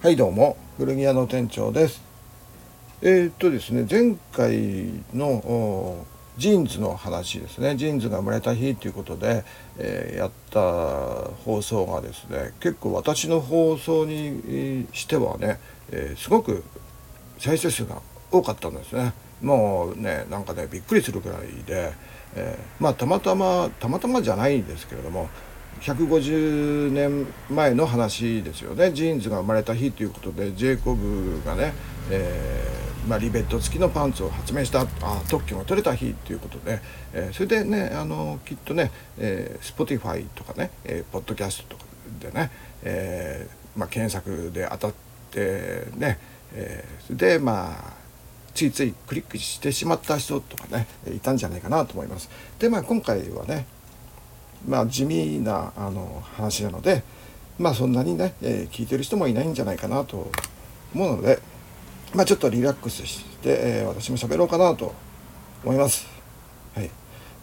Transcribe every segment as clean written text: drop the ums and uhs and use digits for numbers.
はいどうも、古着屋の店長です。ですね、前回のジーンズの話ですね、ジーンズが生まれた日ということで、やった放送がですね、結構私の放送にしてはね、すごく再生数が多かったんですね。もうね、なんかね、びっくりするくらいで、たまたまじゃないんですけれども、150年前の話ですよね。ジーンズが生まれた日ということで、ジェイコブがね、リベット付きのパンツを発明した特許が取れた日ということで、それでね、きっとね、Spotify とかね、ポッドキャストとかでね、検索で当たってね、それでついついクリックしてしまった人とかね、いたんじゃないかなと思います。で今回はね、地味な話なので、そんなにね、聞いてる人もいないんじゃないかなと思うので、ちょっとリラックスして、私も喋ろうかなと思います。はい。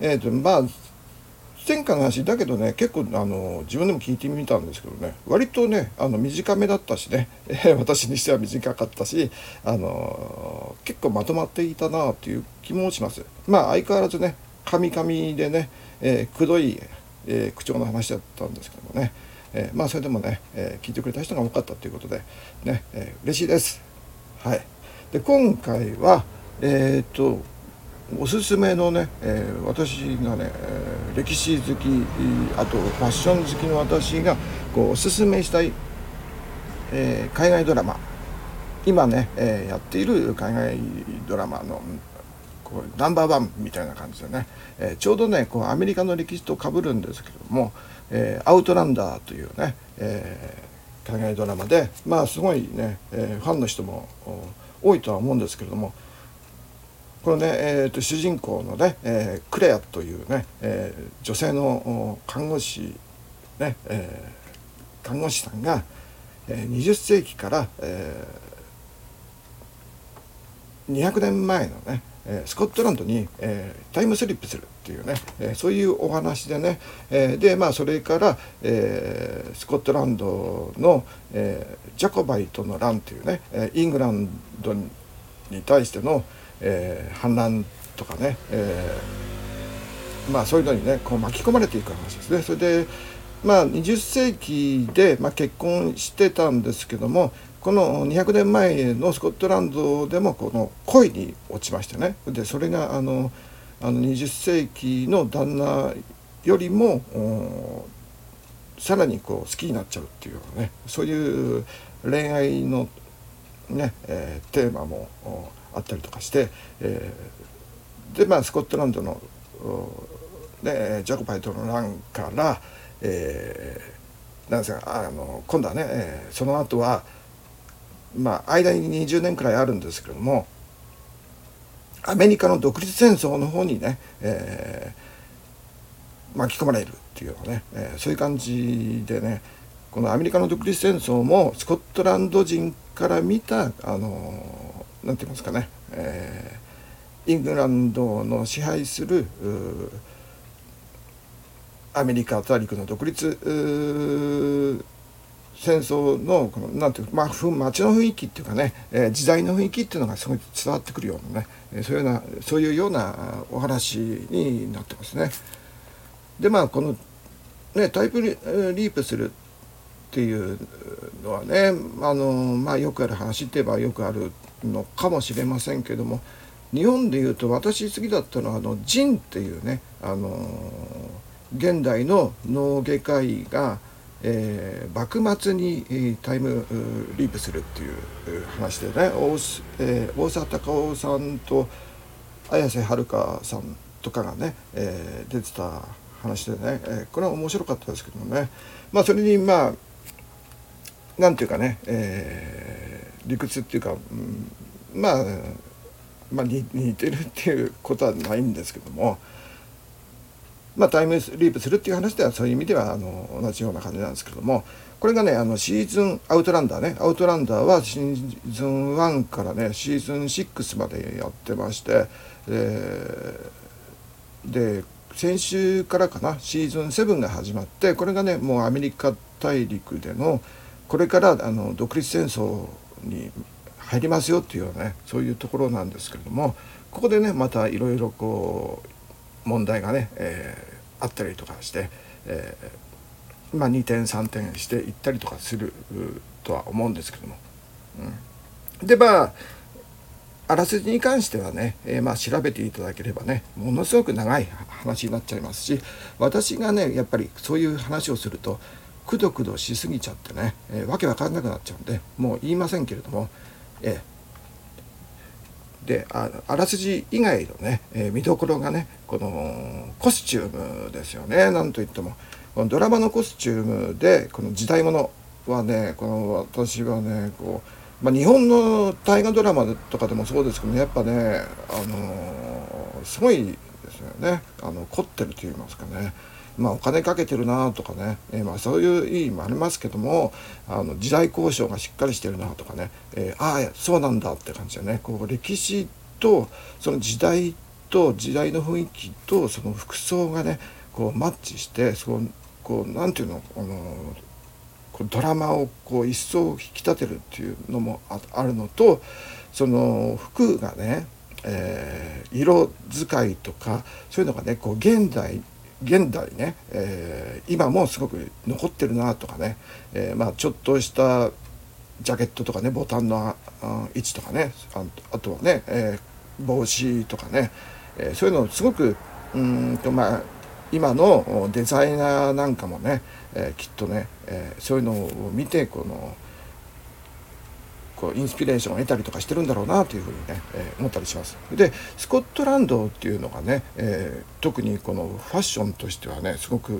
前回の話だけどね、結構自分でも聞いてみたんですけどね、割とね短めだったしね、私にしては短かったし、結構まとまっていたなという気もします。相変わらずね、カミカミでね、くどい、口調の話だったんですけどもね、それでもね、聞いてくれた人が多かったということでね、嬉しいです。はい。で今回はおすすめのね、私がね、歴史好き、あとファッション好きの私がおすすめしたい、海外ドラマ、今ね、やっている海外ドラマのナンバーワンみたいな感じでね、ちょうどねアメリカの歴史と被るんですけれども、アウトランダーというね、海外ドラマですごいね、ファンの人も多いとは思うんですけれども、このね、主人公のね、クレアというね、女性の看護師ね、看護師さんが、20世紀から、200年前のね、スコットランドに、タイムスリップするっていうね、そういうお話でね、それから、スコットランドの、ジャコバイトの乱っていうね、イングランドに対しての、反乱とかね、そういうのにね巻き込まれていく話ですね。それで20世紀で、結婚してたんですけども、この200年前のスコットランドでもこの恋に落ちましてね、でそれが20世紀の旦那よりもさらに好きになっちゃうっていうようなね、そういう恋愛のね、テーマもあったりとかして、スコットランドのジャコバイトの乱から、なんですか今度はね、その後は間に20年くらいあるんですけれども、アメリカの独立戦争の方にね、巻き込まれるっていうのね、そういう感じでね、このアメリカの独立戦争もスコットランド人から見たなんて言いますかね、イングランドの支配するアメリカ大陸の独立戦争のこのなんていう街の雰囲気っていうかね、時代の雰囲気っていうのがすごい伝わってくるようなね、そういうようなお話になってますね。でこのねタイプリープするっていうのはね、よくある話って言えばよくあるのかもしれませんけども、日本でいうと私好きだったのはジンっていうね、現代の脳外科医が、幕末にタイムリープするっていう話でね、大沢たかおさんと綾瀬はるかさんとかがね、出てた話でね、これは面白かったですけどもね、それになんていうかね、理屈っていうか、似てるっていうことはないんですけども、タイムリープするっていう話ではそういう意味では同じような感じなんですけども、これがねシーズンアウトランダーはシーズン1からねシーズン6までやってまして、で先週からかなシーズン7が始まって、これがねもうアメリカ大陸でのこれから独立戦争に入りますよっていうようなね、そういうところなんですけれども、ここでねまたいろいろこう問題がね、あったりとかして、2点3点していったりとかするとは思うんですけども、であらすじに関してはね、調べていただければね、ものすごく長い話になっちゃいますし、私がねやっぱりそういう話をするとくどくどしすぎちゃってね、わけわかんなくなっちゃうんでもう言いませんけれども、であらすじ以外のね、見どころがね、このコスチュームですよね。なんといってもこのドラマのコスチュームでこの時代物はね、この私はね日本の大河ドラマとかでもそうですけど、ね、やっぱね、すごいですよね。凝ってると言いますかね、お金かけてるなとかね、そういう意味もありますけども、時代交渉がしっかりしてるなとかね、そうなんだって感じでね、歴史とその時代と時代の雰囲気とその服装がねマッチして、なんていうの、ドラマを一層引き立てるっていうのもあるのと、その服がね、色使いとかそういうのがね現代ね、今もすごく残ってるなとかね、ちょっとしたジャケットとかね、ボタンの位置とかね、あとはね、帽子とかね、そういうのすごく今のデザイナーなんかもね、きっとね、そういうのを見てインスピレーションを得たりとかしてるんだろうなというふうにね、思ったりします。でスコットランドっていうのがね、特にこのファッションとしてはね、すごく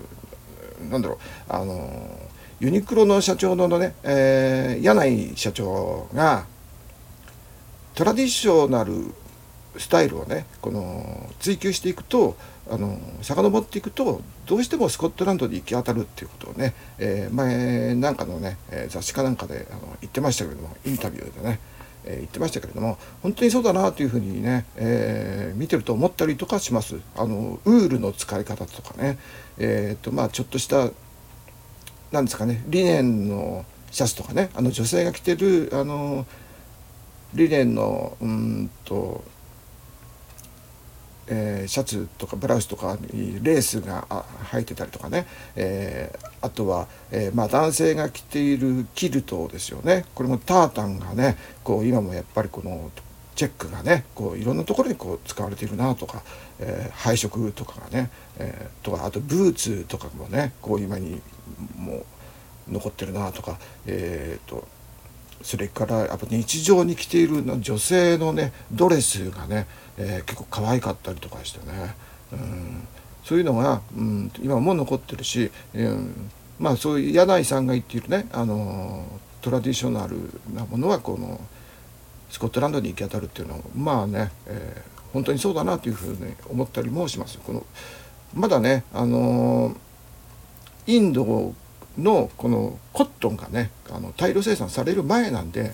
ユニクロの社長のね、柳井社長がトラディショナルスタイルをね追求していくと、遡っていくとどうしてもスコットランドに行き当たるっていうことをね、前なんかのね雑誌かなんかで言ってましたけれども、インタビューでね、言ってましたけれども、本当にそうだなというふうにね、見てると思ったりとかします。ウールの使い方とかね、ちょっとしたなんですかね、リネンのシャツとかね、女性が着てるリネンのシャツとかブラウスとかにレースが入ってたりとかね、あとは、男性が着ているキルトですよね。これもタータンがね今もやっぱりこのチェックがねいろんなところに使われているなとか、配色とかがね、とかあとブーツとかもね今にもう残ってるなとか、それからやっぱ日常に着ている女性のねドレスがね、結構可愛かったりとかしてね、そういうのが、今も残ってるし、そういう柳井さんが言っているねトラディショナルなものはスコットランドに行き当たるっていうのは本当にそうだなというふうに思ったりもします。まだねインドのこのコットンがね大量生産される前なんで、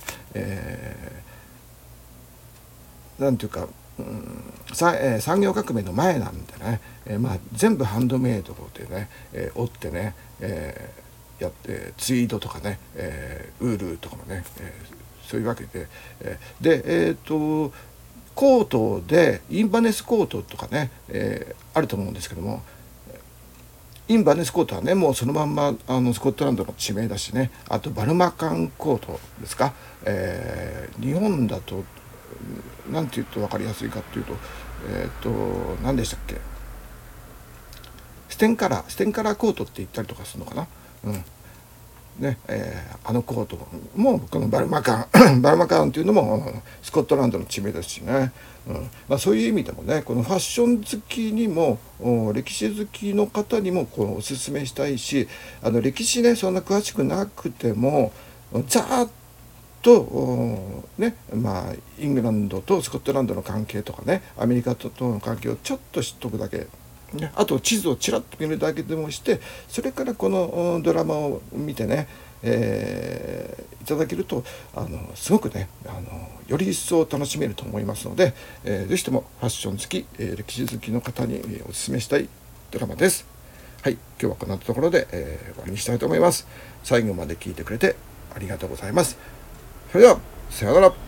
なんていうか、産業革命の前なんでね、全部ハンドメイドでね、織ってね、やってツイードとかね、ウールとかもね、そういうわけで、でコートでインバネスコートとかね、あると思うんですけども、インバネスコートはねもうそのまんまスコットランドの地名だしね、あとバルマカンコートですか、日本だとなんて言うと分かりやすいかっていうと何でしたっけ、ステンカラーコートって言ったりとかするのかな、ね、コートもこのバルマカンっていうのもスコットランドの地名ですしね、そういう意味でもねこのファッション好きにも歴史好きの方にもおすすめしたいし、歴史ねそんな詳しくなくてもざーっとね、イングランドとスコットランドの関係とかね、アメリカとの関係をちょっと知っとくだけ、あと地図をちらっと見るだけでもして、それからこのドラマを見てね、いただけるとすごくねより一層楽しめると思いますので、ぜひともファッション好き、歴史好きの方にお勧めしたいドラマです。 はい、今日はこんなところで、終わりにしたいと思います。最後まで聞いてくれてありがとうございます。それではさようなら。